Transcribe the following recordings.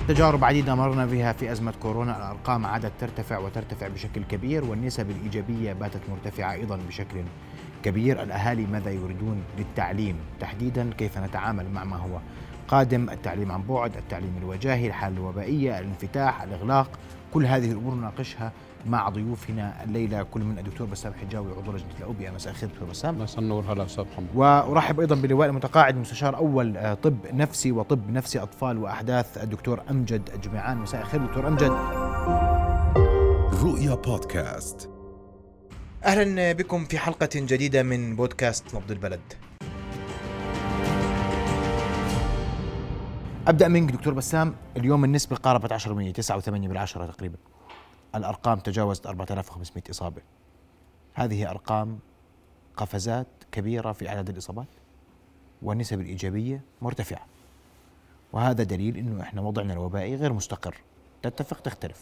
تجارب عديدة مرنا بها في أزمة كورونا، الأرقام عادت ترتفع وترتفع بشكل كبير، والنسب الإيجابية باتت مرتفعة أيضا بشكل كبير. الأهالي ماذا يريدون للتعليم تحديدا؟ كيف نتعامل مع ما هو قادم؟ التعليم عن بعد، التعليم الوجاهي، الحالة الوبائية، الانفتاح، الإغلاق، كل هذه الأمور نناقشها مع ضيوفنا الليلة، كل من الدكتور بسام حجاوي عضو لجنة الأوبئة. مساء الخير دكتور بسام. مساء النور. هلا أستاذ محمد. وأرحب أيضا بلواء المتقاعد مستشار أول طب نفسي وطب نفسي أطفال وأحداث الدكتور أمجد جمعان. مساء الخير دكتور أمجد. رؤيا بودكاست. أهلا بكم في حلقة جديدة من بودكاست نبض البلد. أبدأ منك دكتور بسام. اليوم النسبة قاربت 10%، 9.8 تقريبا. الأرقام تجاوزت 4500 إصابة. هذه أرقام قفزات كبيرة في أعداد الإصابات، والنسب الإيجابية مرتفعة، وهذا دليل إنه إحنا وضعنا الوبائي غير مستقر. تتفق تختلف؟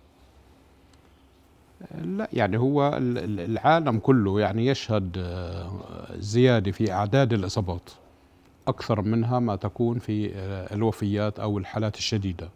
لا، يعني هو العالم كله يعني يشهد زيادة في أعداد الإصابات أكثر منها ما تكون في الوفيات أو الحالات الشديدة.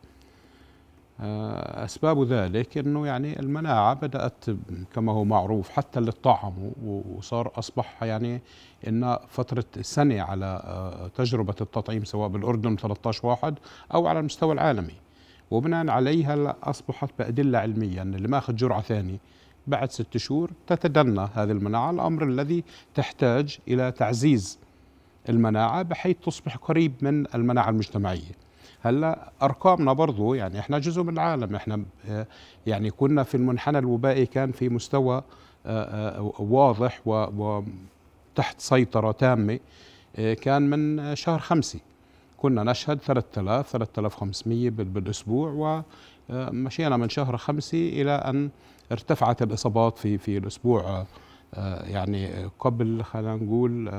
أسباب ذلك أنه يعني المناعة بدأت كما هو معروف حتى اللي طعموا، وصار أصبح يعني إن فترة سنة على تجربة التطعيم سواء بالأردن 13/1 أو على المستوى العالمي، وبناء عليها أصبحت بأدلة علمية أن اللي ماخذ جرعة ثانية بعد 6 شهور تتدنى هذه المناعة، الأمر الذي تحتاج إلى تعزيز المناعة بحيث تصبح قريب من المناعة المجتمعية. هلا أرقامنا برضو يعني إحنا جزء من العالم، إحنا يعني كنا في المنحنى الوبائي كان في مستوى واضح وتحت سيطرة تامة. كان من شهر 5 كنا نشهد 3500 بالأسبوع، ومشينا من شهر 5 إلى أن ارتفعت الإصابات في الأسبوع يعني قبل خلينا نقول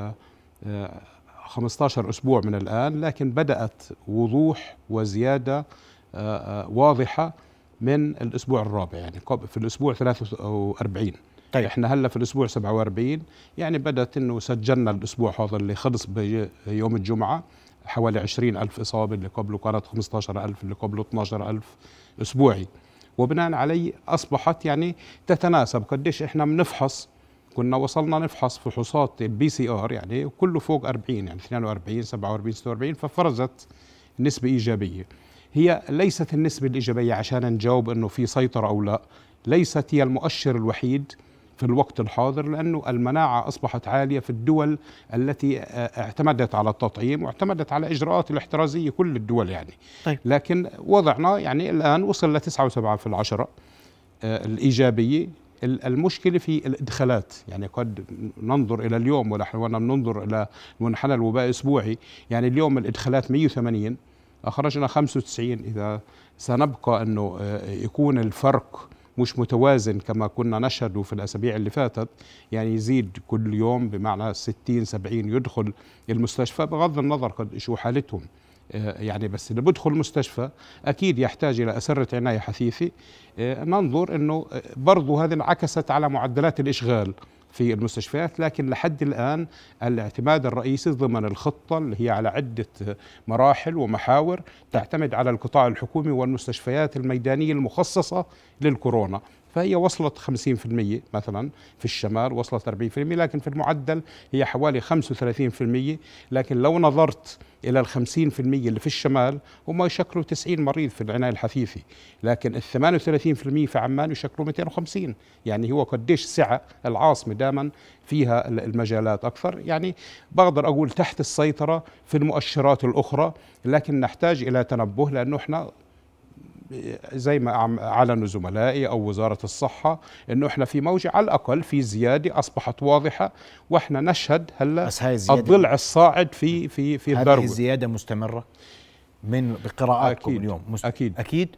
15 أسبوع من الآن، لكن بدأت وضوح وزيادة واضحة من الأسبوع الرابع، يعني في الأسبوع 43. طيب. إحنا هلأ في الأسبوع 47، يعني بدأت أنه سجلنا الأسبوع هذا اللي خلص بيوم الجمعة حوالي 20,000 إصابة، اللي قبله كانت 15,000، اللي قبله 12,000 أسبوعي، وبناء عليه أصبحت يعني تتناسب قديش إحنا بنفحص. كنا وصلنا نفحص فحوصات الBCR يعني كله فوق 40، يعني 42 47 46، ففرزت نسبة إيجابية. هي ليست النسبة الإيجابية عشان نجاوب أنه في سيطرة أو لا، ليست هي المؤشر الوحيد في الوقت الحاضر، لأنه المناعة أصبحت عالية في الدول التي اعتمدت على التطعيم واعتمدت على إجراءات الاحترازية، كل الدول يعني. طيب. لكن وضعنا يعني الآن وصل ل 9.7 الإيجابية. المشكلة في الإدخالات، يعني قد ننظر إلى اليوم ونحن بننظر إلى منحنى الوباء أسبوعي، يعني اليوم الإدخالات 180، أخرجنا 95. إذا سنبقى أنه يكون الفرق مش متوازن كما كنا نشهد في الأسابيع اللي فاتت، يعني يزيد كل يوم بمعنى 60 70 يدخل المستشفى، بغض النظر قد شو حالتهم يعني، بس اللي بدخل المستشفى أكيد يحتاج إلى أسرة عناية حثيثة. ننظر أنه برضو هذه انعكست على معدلات الإشغال في المستشفيات، لكن لحد الآن الاعتماد الرئيسي ضمن الخطة اللي هي على عدة مراحل ومحاور تعتمد على القطاع الحكومي والمستشفيات الميدانية المخصصة للكورونا، فهي وصلت 50% مثلا في الشمال، وصلت 40%، لكن في المعدل هي حوالي 35%. لكن لو نظرت إلى 50% اللي في الشمال هم يشكلوا 90 مريض في العناية الحثيثة، لكن 38% في عمان يشكلوا 250. يعني هو قديش سعة العاصمة دائما فيها المجالات أكثر، يعني بقدر أقول تحت السيطرة في المؤشرات الأخرى، لكن نحتاج إلى تنبه، لأنه إحنا زي ما أعلنوا زملائي أو وزارة الصحة أنه إحنا في موجة على الأقل في زيادة أصبحت واضحة، وإحنا نشهد هلا الضلع الصاعد في الذروة. هذه الزيادة مستمرة من بقراءاتكم اليوم؟ أكيد.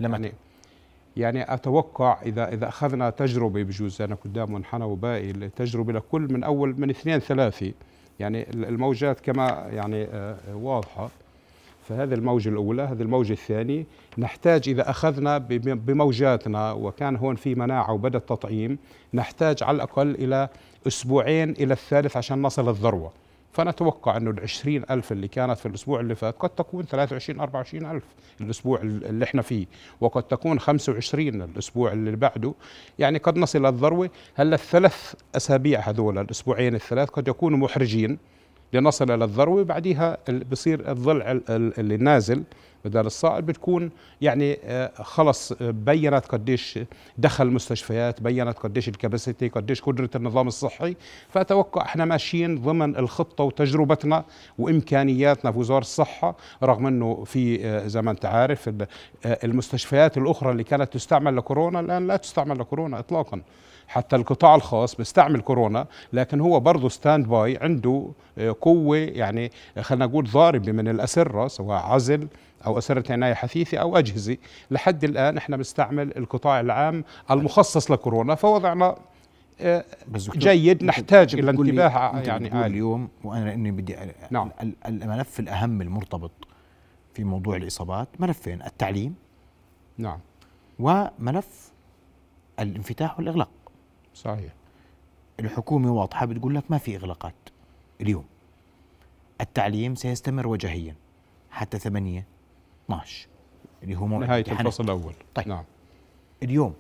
يعني أتوقع إذا أخذنا تجربة بجوز، أنا قدام منحنى وبائي التجربة لكل من أول من 2 3، يعني الموجات كما يعني واضحة. فهذه الموجة الأولى، هذه الموجة الثانية، نحتاج إذا أخذنا بموجاتنا وكان هون في مناعة وبدأ التطعيم، نحتاج على الأقل إلى 2 أسبوع إلى الثالث عشان نصل الذروة. فنتوقع أنه 20,000 اللي كانت في الأسبوع اللي فات قد تكون 23-24,000 الأسبوع اللي احنا فيه، وقد تكون 25 الأسبوع اللي بعده. يعني قد نصل الذروة. هلا الثلاث أسابيع هذول، الأسبوعين الثلاث قد يكونوا محرجين لنصل إلى الذروة. بعديها بصير الضلع اللي نازل بدل الصاعد بتكون يعني خلص بينت قديش دخل المستشفيات، بينت قديش الكباسيتي، قديش قدرة النظام الصحي. فأتوقع احنا ماشيين ضمن الخطة وتجربتنا وإمكانياتنا في وزارة الصحة، رغم أنه في زي ما أنت عارف المستشفيات الأخرى اللي كانت تستعمل لكورونا الآن لا تستعمل لكورونا إطلاقا. حتى القطاع الخاص بيستعمل كورونا، لكن هو برضه ستاند باي، عنده قوة يعني خلينا نقول ضاربة من الأسرة، سواء عزل أو أسرة عناية حثيثة أو أجهزة. لحد الآن إحنا بنستعمل القطاع العام المخصص لكورونا، فوضعنا جيد. نحتاج إلى انتباه يعني عالي اليوم. وأنا إني بدي نعم. الملف الأهم المرتبط في موضوع الإصابات ملفين: التعليم، نعم، وملف الانفتاح والإغلاق. صحيح. الحكومة واضحة بتقول لك ما في إغلاقات اليوم. التعليم سيستمر وجهيا حتى 8/12 اللي هو نهاية الفصل الأول. طيب. نعم. اليوم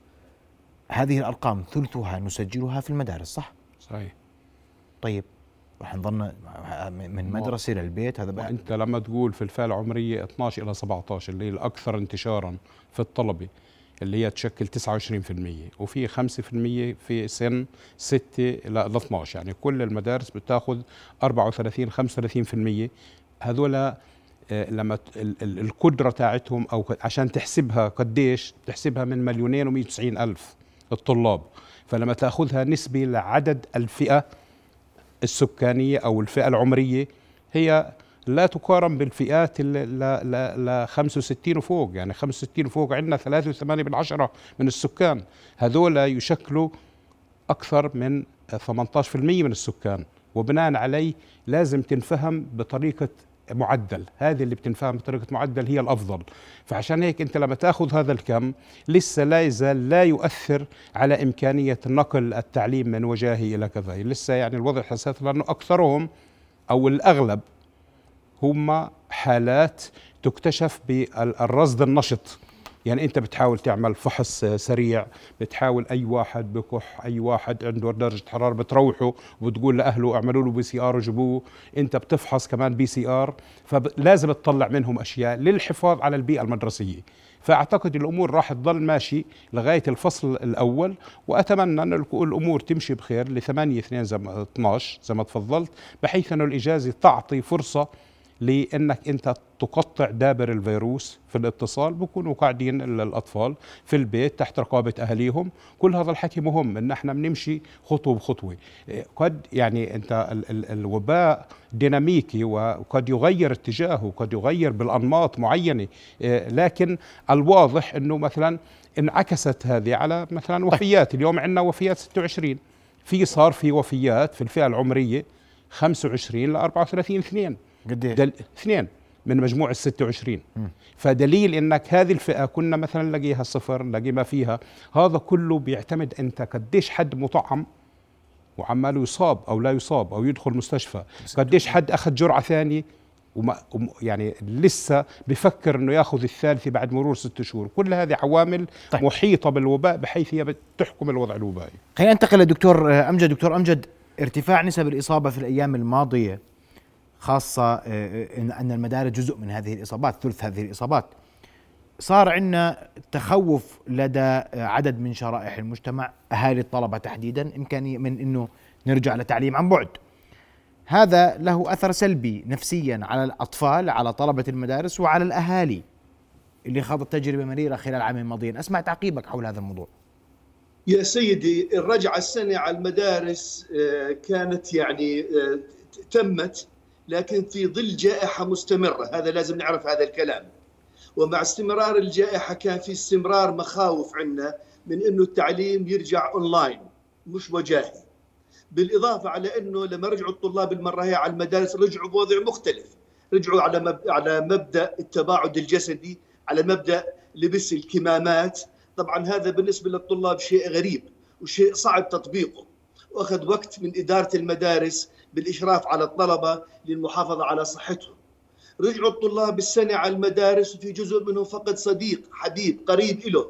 هذه الأرقام ثلثها نسجلها في المدارس، صح؟ صحيح. طيب رح نظلنا من مدرسة للبيت. هذا بقى أنت لما تقول في الفئة العمرية 12 إلى 17 اللي هي الأكثر انتشارا في الطلبة، اللي هي تشكل 29%، وفي 5% في سن 6 إلى 12، يعني كل المدارس بتاخذ 34-35%. هذول لما القدرة تاعتهم أو عشان تحسبها قديش، تحسبها من 2,190,000 الطلاب، فلما تأخذها نسبة لعدد الفئة السكانية أو الفئة العمرية، هي لا تقارن بالفئات ل 65 وفوق. يعني 65 وفوق عندنا 3.8 من السكان، هذول يشكلوا أكثر من 18% من السكان، وبناء عليه لازم تنفهم بطريقة معدل. هذه اللي بتنفهم بطريقة معدل هي الأفضل. فعشان هيك أنت لما تأخذ هذا الكم لسه لا يزال لا يؤثر على إمكانية نقل التعليم من وجاهي إلى كذا. لسه يعني الوضع حساس، لأنه أكثرهم أو الأغلب هم حالات تكتشف بالرصد النشط. يعني أنت بتحاول تعمل فحص سريع، بتحاول أي واحد بكح، أي واحد عنده درجة حرارة بتروحه وبتقول لأهله اعملوا له PCR وجيبوه. أنت بتفحص كمان PCR، فلازم تطلع منهم أشياء للحفاظ على البيئة المدرسية. فأعتقد الأمور راح تضل ماشي لغاية الفصل الأول، وأتمنى أن الأمور تمشي بخير ل 8/2/12 زي ما تفضلت، بحيث أن الإجازة تعطي فرصة لأنك أنت تقطع دابر الفيروس في الاتصال. بكونوا قاعدين الأطفال في البيت تحت رقابة أهليهم. كل هذا الحكي مهم، إن احنا بنمشي خطوة بخطوة. قد يعني أنت الوباء ديناميكي وقد يغير اتجاهه وقد يغير بالأنماط معينة، لكن الواضح أنه مثلا انعكست هذه على مثلا وفيات. اليوم عندنا وفيات 26، صار في وفيات في الفئة العمرية 25 ل 34 اثنين، اثنين من مجموع 26. فدليل انك هذه الفئة كنا مثلا نلاقيها 0، نلاقي ما فيها. هذا كله بيعتمد انت قديش حد مطعم وعماله يصاب او لا يصاب او يدخل مستشفى، قديش حد اخذ جرعة ثانية يعني لسه بفكر انه ياخذ الثالثة بعد مرور 6 شهور. كل هذه عوامل محيطة بالوباء بحيث هي بتحكم الوضع الوبائي. خلينا ننتقل لدكتور أمجد. دكتور أمجد، ارتفاع نسب الإصابة في الأيام الماضية، خاصة أن المدارس جزء من هذه الإصابات، ثلث هذه الإصابات، صار عندنا تخوف لدى عدد من شرائح المجتمع، أهالي الطلبة تحديدا، إمكانية من أنه نرجع لتعليم عن بعد. هذا له أثر سلبي نفسيا على الأطفال، على طلبة المدارس، وعلى الأهالي اللي خاضت تجربة مريرة خلال العامين الماضيين. أسمع تعقيبك حول هذا الموضوع. يا سيدي، الرجعة السنة على المدارس كانت يعني تمت، لكن في ظل جائحة مستمرة. هذا لازم نعرف هذا الكلام. ومع استمرار الجائحة كان في استمرار مخاوف عنا من أنه التعليم يرجع أونلاين مش وجاهي. بالإضافة على أنه لما رجعوا الطلاب المرة هي على المدارس رجعوا بوضع مختلف، رجعوا على مبدأ التباعد الجسدي، على مبدأ لبس الكمامات. طبعا هذا بالنسبة للطلاب شيء غريب وشيء صعب تطبيقه، وأخذ وقت من إدارة المدارس بالإشراف على الطلبة للمحافظة على صحتهم. رجعوا الطلاب السنة على المدارس، وفي جزء منهم فقد صديق حبيب قريب له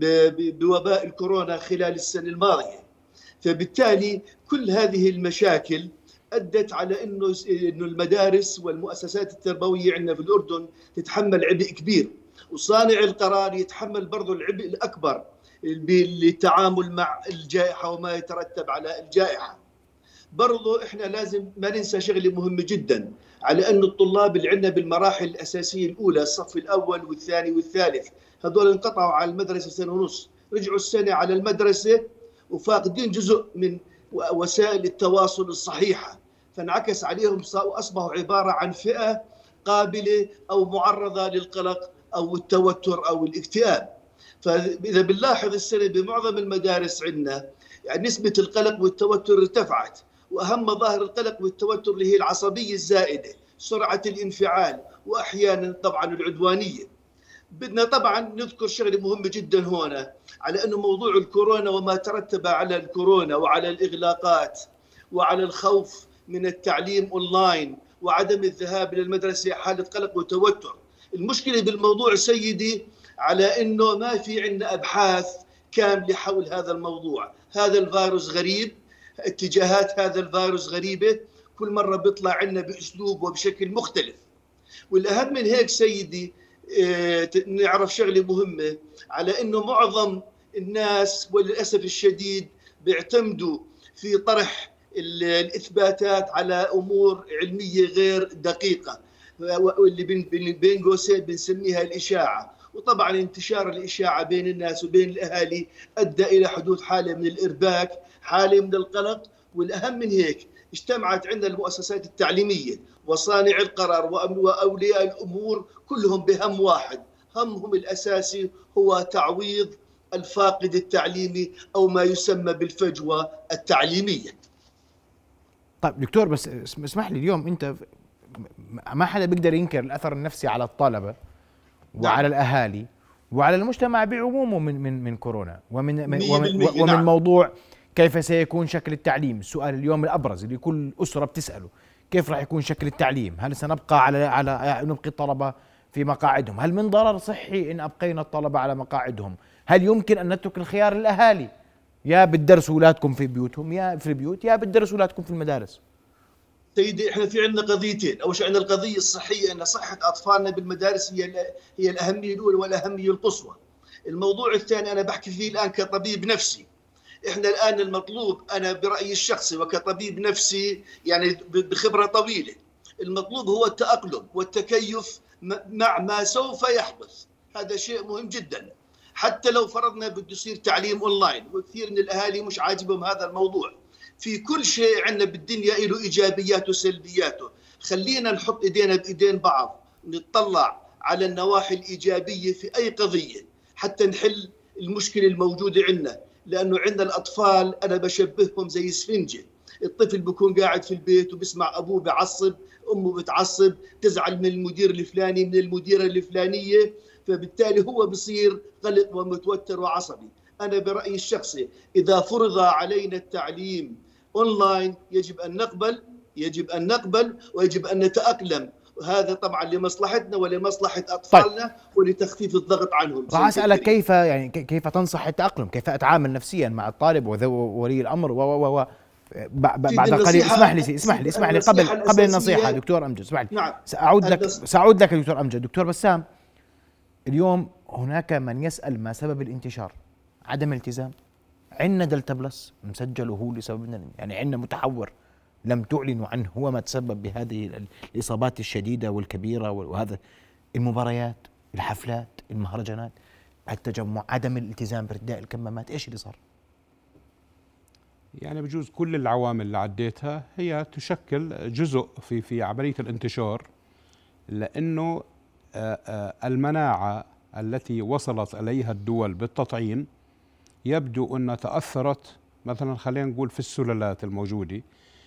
بوباء الكورونا خلال السنة الماضية. فبالتالي كل هذه المشاكل أدت على أنه المدارس والمؤسسات التربوية عندنا في الأردن تتحمل عبء كبير، وصانع القرار يتحمل برضو العبء الأكبر للتعامل مع الجائحة وما يترتب على الجائحة. برضو إحنا لازم ما ننسى شغلة مهمة جدا، على أن الطلاب اللي عندنا بالمراحل الأساسية الأولى، الصف الأول والثاني والثالث، هذول انقطعوا على المدرسة سنة ونص، رجعوا السنة على المدرسة وفاقدين جزء من وسائل التواصل الصحيحة، فانعكس عليهم وأصبحوا عبارة عن فئة قابلة أو معرضة للقلق أو التوتر أو الاكتئاب. فإذا بنلاحظ السنة بمعظم المدارس عندنا يعني نسبة القلق والتوتر ارتفعت، وأهم مظاهر القلق والتوتر اللي هي العصبية الزائدة، سرعة الانفعال، وأحيانا طبعا العدوانية. بدنا طبعا نذكر شغله مهمه جدا هنا، على انه موضوع الكورونا وما ترتب على الكورونا وعلى الاغلاقات وعلى الخوف من التعليم اونلاين وعدم الذهاب الى المدرسه حاله قلق وتوتر. المشكله بالموضوع سيدي على انه ما في عندنا ابحاث كامله حول هذا الموضوع. هذا الفيروس غريب، اتجاهات هذا الفيروس غريبه، كل مره بيطلع عندنا باسلوب وبشكل مختلف. والاهم من هيك سيدي نعرف شغلة مهمة، على أنه معظم الناس وللأسف الشديد بيعتمدوا في طرح الإثباتات على أمور علمية غير دقيقة، واللي بين قوسين بنسميها الإشاعة. وطبعا انتشار الإشاعة بين الناس وبين الأهالي أدى إلى حدوث حالة من الإرباك، حالة من القلق. والأهم من هيك اجتمعت عندنا المؤسسات التعليمية وصانع القرار وأولياء الأمور كلهم بهم واحد، همهم الأساسي هو تعويض الفاقد التعليمي أو ما يسمى بالفجوة التعليمية. طيب دكتور، بس اسمح لي، اليوم أنت ما حدا بيقدر ينكر الأثر النفسي على الطلبة وعلى الأهالي وعلى المجتمع بعمومه من كورونا ومن موضوع كيف سيكون شكل التعليم. السؤال اليوم الأبرز اللي كل أسرة بتسأله، كيف راح يكون شكل التعليم؟ هل سنبقى على نبقي الطلبة في مقاعدهم؟ هل من ضرر صحي إن أبقينا الطلبة على مقاعدهم؟ هل يمكن أن نترك الخيار للأهالي، يا بتدرسوا أولادكم في بيوتهم يا في البيوت، يا بتدرسوا أولادكم في المدارس؟ سيدي احنا في عندنا قضيتين. اول شيء عندنا القضيه الصحيه، ان صحه اطفالنا بالمدارس هي الاهميه الاولى والاهميه القصوى. الموضوع الثاني انا بحكي فيه الان كطبيب نفسي. احنا الان المطلوب، انا برايي الشخصي وكطبيب نفسي يعني بخبره طويله، المطلوب هو التاقلم والتكيف مع ما سوف يحدث. هذا شيء مهم جدا. حتى لو فرضنا بده يصير تعليم اونلاين، وكثير من الاهالي مش عاجبهم هذا الموضوع. في كل شيء عندنا بالدنيا له ايجابياته وسلبياته. خلينا نحط ايدينا بايدين بعض، نتطلع على النواحي الايجابيه في اي قضيه حتى نحل المشكله الموجوده عندنا. لانه عندنا الاطفال انا بشبههم زي اسفنجه، الطفل بيكون قاعد في البيت وبسمع ابوه بعصب، امه بتعصب، تزعل من المدير الفلاني، من المديره الفلانيه، فبالتالي هو بصير قلق ومتوتر وعصبي. انا برايي الشخصي اذا فرض علينا التعليم اونلاين يجب ان نقبل ويجب ان نتاقلم، وهذا طبعا لمصلحتنا ولمصلحه اطفالنا. طيب. ولتخفيف الضغط عنهم. راح اسالك كيف تنصح التاقلم، كيف اتعامل نفسيا مع الطالب وولي الامر بعد قليل. اسمح لي قبل النصيحه دكتور امجد، اسمح لي. نعم. ساعود لك دكتور امجد. دكتور بسام، اليوم هناك من يسال ما سبب الانتشار؟ عدم التزام. عندنا دلتا بلس مسجل وهو لسبب، يعني عندنا متحور لم تعلنوا عنه هو ما تسبب بهذه الإصابات الشديدة والكبيرة، وهذا المباريات، الحفلات، المهرجانات، التجمع، عدم الالتزام بارتداء الكمامات. ايش اللي صار؟ يعني بجوز كل العوامل اللي عديتها هي تشكل جزء في عملية الانتشار، لأنه المناعة التي وصلت إليها الدول بالتطعيم يبدو أنها تأثرت مثلا، خلينا نقول في السلالات الموجودة،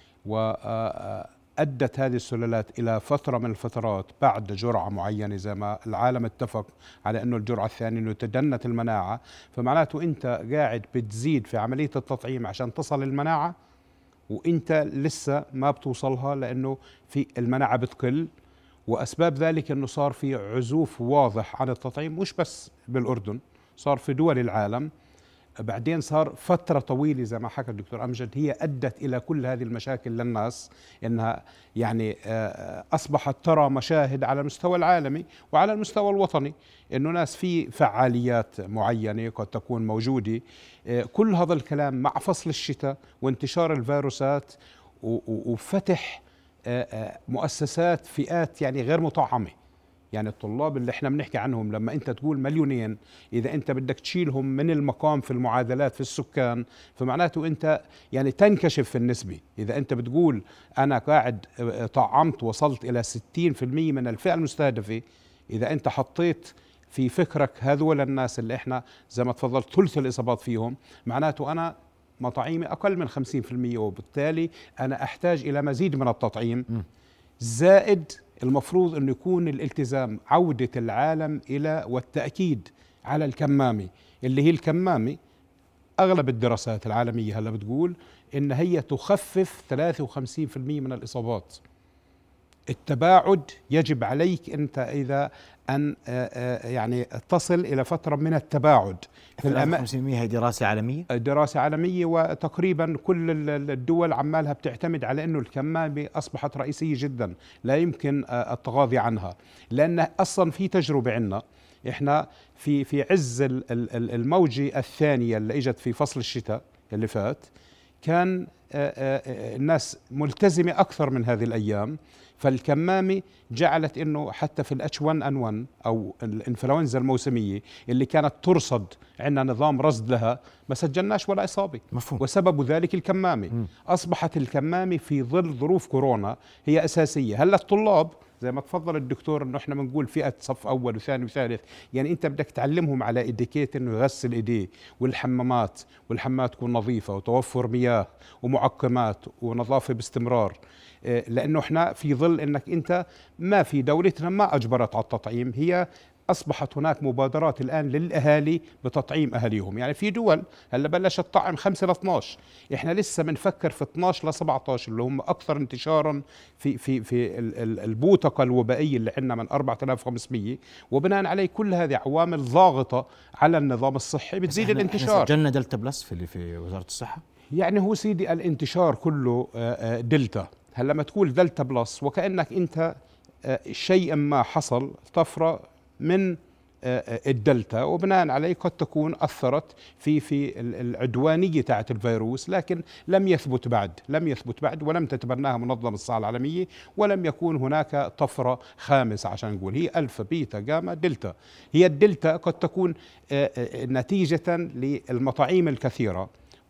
وأدت هذه السلالات إلى فترة من الفترات بعد جرعة معينة، زي ما العالم اتفق على أنه الجرعة الثانية أنه تدنت المناعة. فمعناته أنت قاعد بتزيد في عملية التطعيم عشان تصل المناعة، وانت لسه ما بتوصلها لانه في المناعه بتقل. واسباب ذلك انه صار في عزوف واضح عن التطعيم، مش بس بالاردن، صار في دول العالم. بعدين صار فترة طويلة زي ما حكى الدكتور أمجد هي أدت إلى كل هذه المشاكل للناس، إنها يعني أصبحت ترى مشاهد على المستوى العالمي وعلى المستوى الوطني إنه ناس في فعاليات معينة قد تكون موجودة. كل هذا الكلام مع فصل الشتاء وانتشار الفيروسات وفتح مؤسسات فئات يعني غير مطعمة. يعني الطلاب اللي احنا بنحكي عنهم لما انت تقول مليونين، اذا انت بدك تشيلهم من المقام في المعادلات في السكان، فمعناته انت يعني تنكشف في النسبة. اذا انت بتقول انا قاعد طعمت وصلت الى 60% من الفئة المستهدفة، اذا انت حطيت في فكرك هذول الناس اللي احنا زي ما تفضلت ثلث الاصابات فيهم، معناته انا مطاعيمي اقل من 50%، وبالتالي انا احتاج الى مزيد من التطعيم. زائد المفروض أن يكون الالتزام عودة العالم إلى والتأكيد على الكمامة، اللي هي الكمامة أغلب الدراسات العالمية هلا بتقول إن هي تخفف 53% من الإصابات. التباعد يجب عليك أنت إذا أن يعني تصل إلى فترة من التباعد. 53% هي دراسة عالمية؟ دراسة عالمية، وتقريبا كل الدول عمالها بتعتمد على أنه الكمامة أصبحت رئيسية جدا، لا يمكن التغاضي عنها. لأن أصلا في تجربة عندنا إحنا في عز الموجة الثانية اللي إجت في فصل الشتاء اللي فات، كان الناس ملتزمة أكثر من هذه الأيام. فالكمامة جعلت انه حتى في الH1N1 او الانفلونزا الموسمية اللي كانت ترصد عندنا نظام رصد لها، ما سجلناش ولا إصابة. مفهوم. وسبب ذلك الكمامة. أصبحت الكمامة في ظل ظروف كورونا هي أساسية. هلا الطلاب زي ما تفضل الدكتور انه احنا بنقول فئة صف اول وثاني وثالث، يعني انت بدك تعلمهم على اتيكيت انه يغسل ايديه، والحمامات تكون نظيفة وتوفر مياه ومعقمات ونظافة باستمرار. لأنه احنا في ظل أنك أنت ما في دولتنا ما أجبرت على التطعيم، هي أصبحت هناك مبادرات الآن للأهالي بتطعيم أهاليهم. يعني في دول هلا بلشت تطعم 5 ل 12، احنا لسه بنفكر في 12 ل 17 اللي هم أكثر انتشارا في البوتقة الوبائية اللي عندنا من 4500. وبناء عليه كل هذه عوامل ضاغطة على النظام الصحي بتزيد الانتشار. سجلنا دلتا بلس في وزارة الصحة. يعني هو سيدي الانتشار كله دلتا. هلا لما تقول دلتا بلس وكأنك انت شيء ما حصل طفرة من الدلتا، وبناء عليه قد تكون أثرت في العدوانية تاعت الفيروس، لكن لم يثبت بعد ولم تتبناها منظمة الصحة العالمية، ولم يكون هناك طفرة خامسة عشان نقول هي ألفا بيتا جاما دلتا. هي الدلتا قد تكون نتيجة للمطاعيم الكثيرة.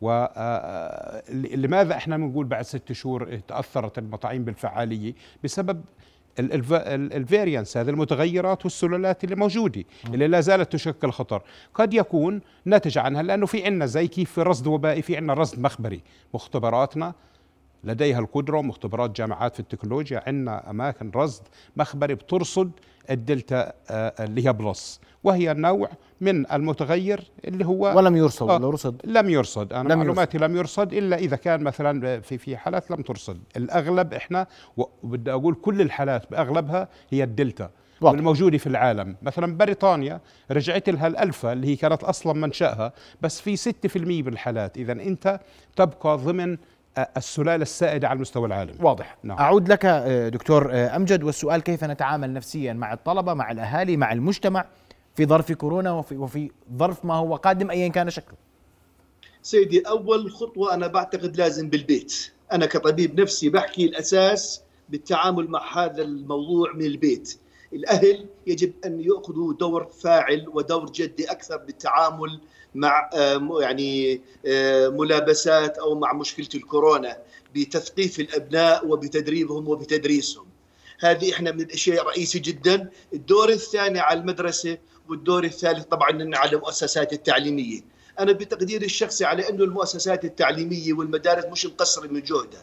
ولماذا احنا بنقول بعد 6 شهور تأثرت المطاعيم بالفعالية؟ بسبب الفاريانس، هذه المتغيرات والسلالات اللي موجودة اللي لا زالت تشكل خطر. قد يكون ناتج عنها لأنه في عنا زي كيف في رصد وبائي في عنا رصد مخبري. مختبراتنا لديها القدرة، مختبرات جامعات في التكنولوجيا عنا أماكن رصد مخبري بترصد الدلتا اللي هي بلس، وهي نوع من المتغير اللي هو ولم يرصد. لم يرصد. أنا معلوماتي لم يرصد إلا إذا كان مثلا في حالات لم ترصد. الأغلب إحنا وبدي أقول كل الحالات بأغلبها هي الدلتا والموجودة في العالم. مثلا بريطانيا رجعت لها الألفا اللي هي كانت أصلا منشأها بس في 6% بالحالات. إذا أنت تبقى ضمن السلالة السائدة على المستوى العالمي. واضح. نعم. أعود لك دكتور أمجد، والسؤال كيف نتعامل نفسيا مع الطلبة، مع الأهالي، مع المجتمع في ظرف كورونا وفي ظرف ما هو قادم أيا كان شكله؟ سيدي، أول خطوة أنا بعتقد لازم بالبيت. أنا كطبيب نفسي بحكي الأساس بالتعامل مع هذا الموضوع من البيت. الأهل يجب أن يأخذوا دور فاعل ودور جدي أكثر بالتعامل مع يعني ملابسات أو مع مشكلة الكورونا، بتثقيف الأبناء وبتدريبهم وبتدريسهم. هذه إحنا من الأشياء الرئيسية جدا. الدور الثاني على المدرسة، والدور الثالث طبعا على المؤسسات التعليمية. أنا بتقديري الشخصي على أنه المؤسسات التعليمية والمدارس مش مقصرة من جهدها.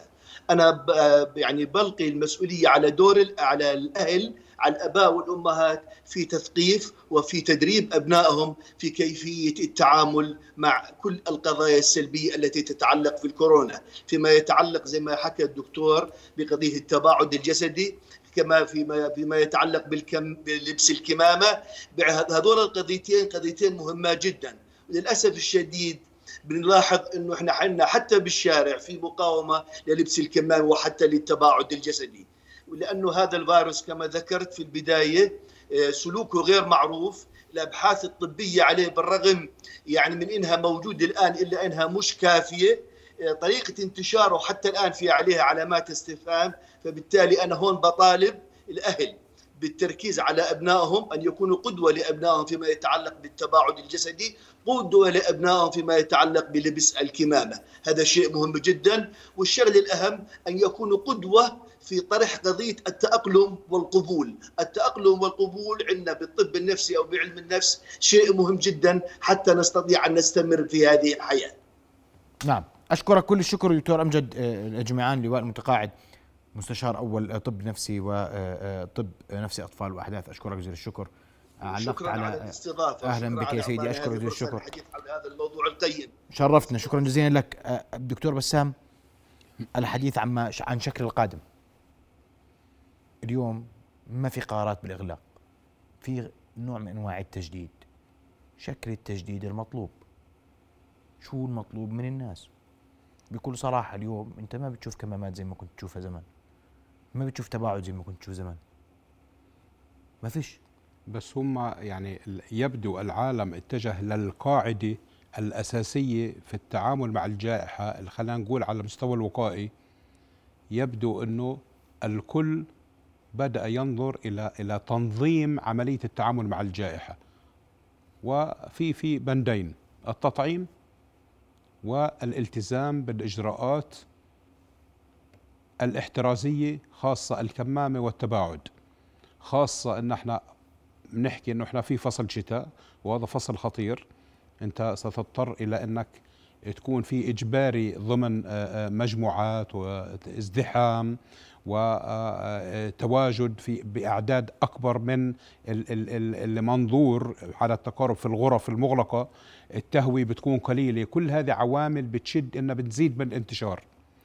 أنا يعني بلقي المسؤولية على الأهل، على الآباء والأمهات في تثقيف وفي تدريب أبنائهم في كيفية التعامل مع كل القضايا السلبية التي تتعلق في الكورونا، فيما يتعلق زي ما حكى الدكتور بقضية التباعد الجسدي، كما فيما يتعلق بلبس الكمامة. هذول القضيتين قضيتين مهمة جدا. للأسف الشديد بنلاحظ انه احنا حتى بالشارع في مقاومه للبس الكمام وحتى للتباعد الجسدي، ولانه هذا الفيروس كما ذكرت في البدايه سلوكه غير معروف. الابحاث الطبيه عليه بالرغم يعني من انها موجوده الان الا انها مش كافيه. طريقه انتشاره حتى الان في عليها علامات استفهام. فبالتالي انا هون بطالب الاهل بالتركيز على أبنائهم، أن يكونوا قدوة لأبنائهم فيما يتعلق بالتباعد الجسدي، قدوة لأبنائهم فيما يتعلق بلبس الكمامة. هذا شيء مهم جدا. والشغل الأهم أن يكونوا قدوة في طرح قضية التأقلم والقبول. التأقلم والقبول عندنا بالطب النفسي أو بعلم النفس شيء مهم جدا حتى نستطيع أن نستمر في هذه الحياة. نعم، أشكرك كل الشكر دكتور أمجد الجمعان، لواء المتقاعد، مستشار أول طب نفسي وطب نفسي أطفال وأحداث. أشكرك جزيل الشكر. شكرا على الاستضافة. أهلا بك يا سيدي، أشكرك جزيل الشكر. الحديث عن هذا الموضوع القيم شرفتنا، شكرا جزيلا لك. دكتور بسام، الحديث عن شكل القادم. اليوم ما في قرارات بالإغلاق، في نوع من أنواع التجديد. شكل التجديد المطلوب، شو المطلوب من الناس؟ بكل صراحة اليوم أنت ما بتشوف كمامات زي ما كنت تشوفها زمان، ما بتشوف تباعد زي ما كنت تشوف زمان، ما فيش. بس هم يعني يبدو العالم اتجه للقاعدة الأساسية في التعامل مع الجائحة، اللي خلينا نقول على المستوى الوقائي. يبدو أنه الكل بدأ ينظر إلى تنظيم عملية التعامل مع الجائحة، وفي بندين: التطعيم والالتزام بالإجراءات الاحترازية، خاصة الكمامة والتباعد. خاصة أن احنا بنحكي أنه احنا في فصل شتاء، وهذا فصل خطير. أنت ستضطر إلى أنك تكون في إجباري ضمن مجموعات وازدحام وتواجد بأعداد أكبر من المنظور على التقارب في الغرف المغلقة. التهوية بتكون قليلة. كل هذه عوامل بتشد إنها بتزيد من الانتشار.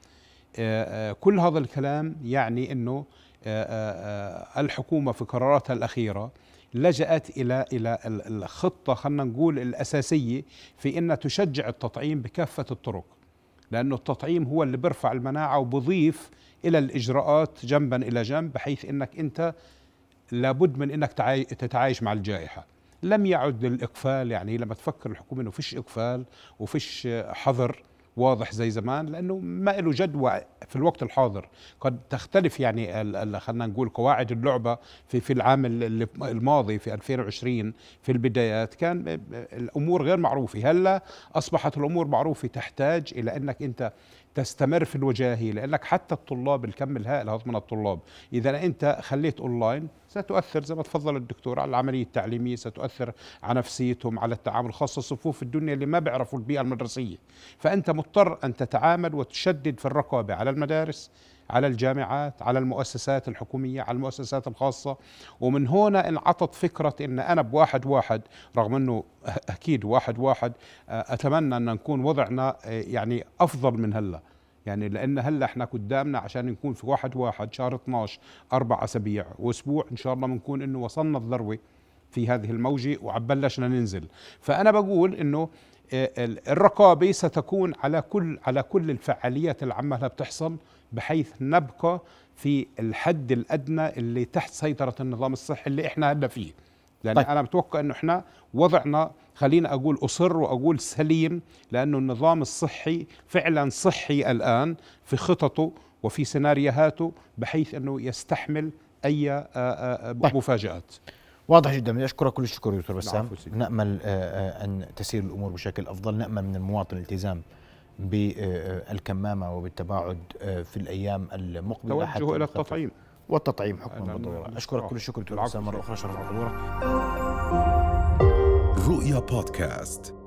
كل هذا الكلام يعني إنه الحكومة في قراراتها الأخيرة لجأت إلى الخطة، خلينا نقول الأساسية، في أنها تشجع التطعيم بكافة الطرق، لأنه التطعيم هو اللي بيرفع المناعة وبضيف إلى الإجراءات جنبا إلى جنب، بحيث أنك أنت لابد من أنك تتعايش مع الجائحة. لم يعد للإقفال، يعني لما تفكر الحكومة أنه فيش إقفال وفيش حظر واضح زي زمان، لأنه ما له جدوى في الوقت الحاضر. قد تختلف يعني خلينا نقول قواعد اللعبة في العام الماضي في 2020 في البدايات كان الأمور غير معروفة. هلا أصبحت الأمور معروفة، تحتاج إلى أنك أنت تستمر في الوجاهية، لأنك حتى الطلاب، الكم الهائل هذا من الطلاب، إذا أنت خليت أونلاين ستؤثر زي ما تفضل الدكتور على العملية التعليمية، ستؤثر على نفسيتهم، على التعامل، خاصة صفوف الدنيا اللي ما بيعرفوا البيئة المدرسية. فأنت مضطر أن تتعامل وتشدد في الرقابة على المدارس، على الجامعات، على المؤسسات الحكومية، على المؤسسات الخاصة. ومن هنا انعطت فكرة إن أنا بواحد، رغم أنه أكيد واحد أتمنى أن نكون وضعنا يعني أفضل من هلا، يعني لأن هلا احنا قدامنا عشان نكون في 1/1 شهر 12 4 أسابيع وأسبوع إن شاء الله بنكون إنه وصلنا الذروة في هذه الموجة وعبلشنا ننزل. فأنا بقول إنه الرقابة ستكون على كل الفعاليات اللي عمالها بتحصل، بحيث نبقى في الحد الأدنى اللي تحت سيطرة النظام الصحي اللي احنا هلا فيه. لأن طيب. أنا بتوقع إنه احنا وضعنا، خلينا أقول أصر وأقول سليم، لأنه النظام الصحي فعلا صحي الآن في خططه وفي سيناريوهاته، بحيث أنه يستحمل أي طيب. مفاجآت. واضح جدا. أشكرك كل الشكر دكتور بسام. نأمل أن تسير الأمور بشكل أفضل. نأمل من المواطن الالتزام بالكمامة وبالتباعد في الأيام المقبلة، توجه إلى التطعيم والتطعيم حكما بالضرورة. أشكرك كل الشكر دكتور بسام مرة أخرى، شرف حضورك. رؤيا بودكاست.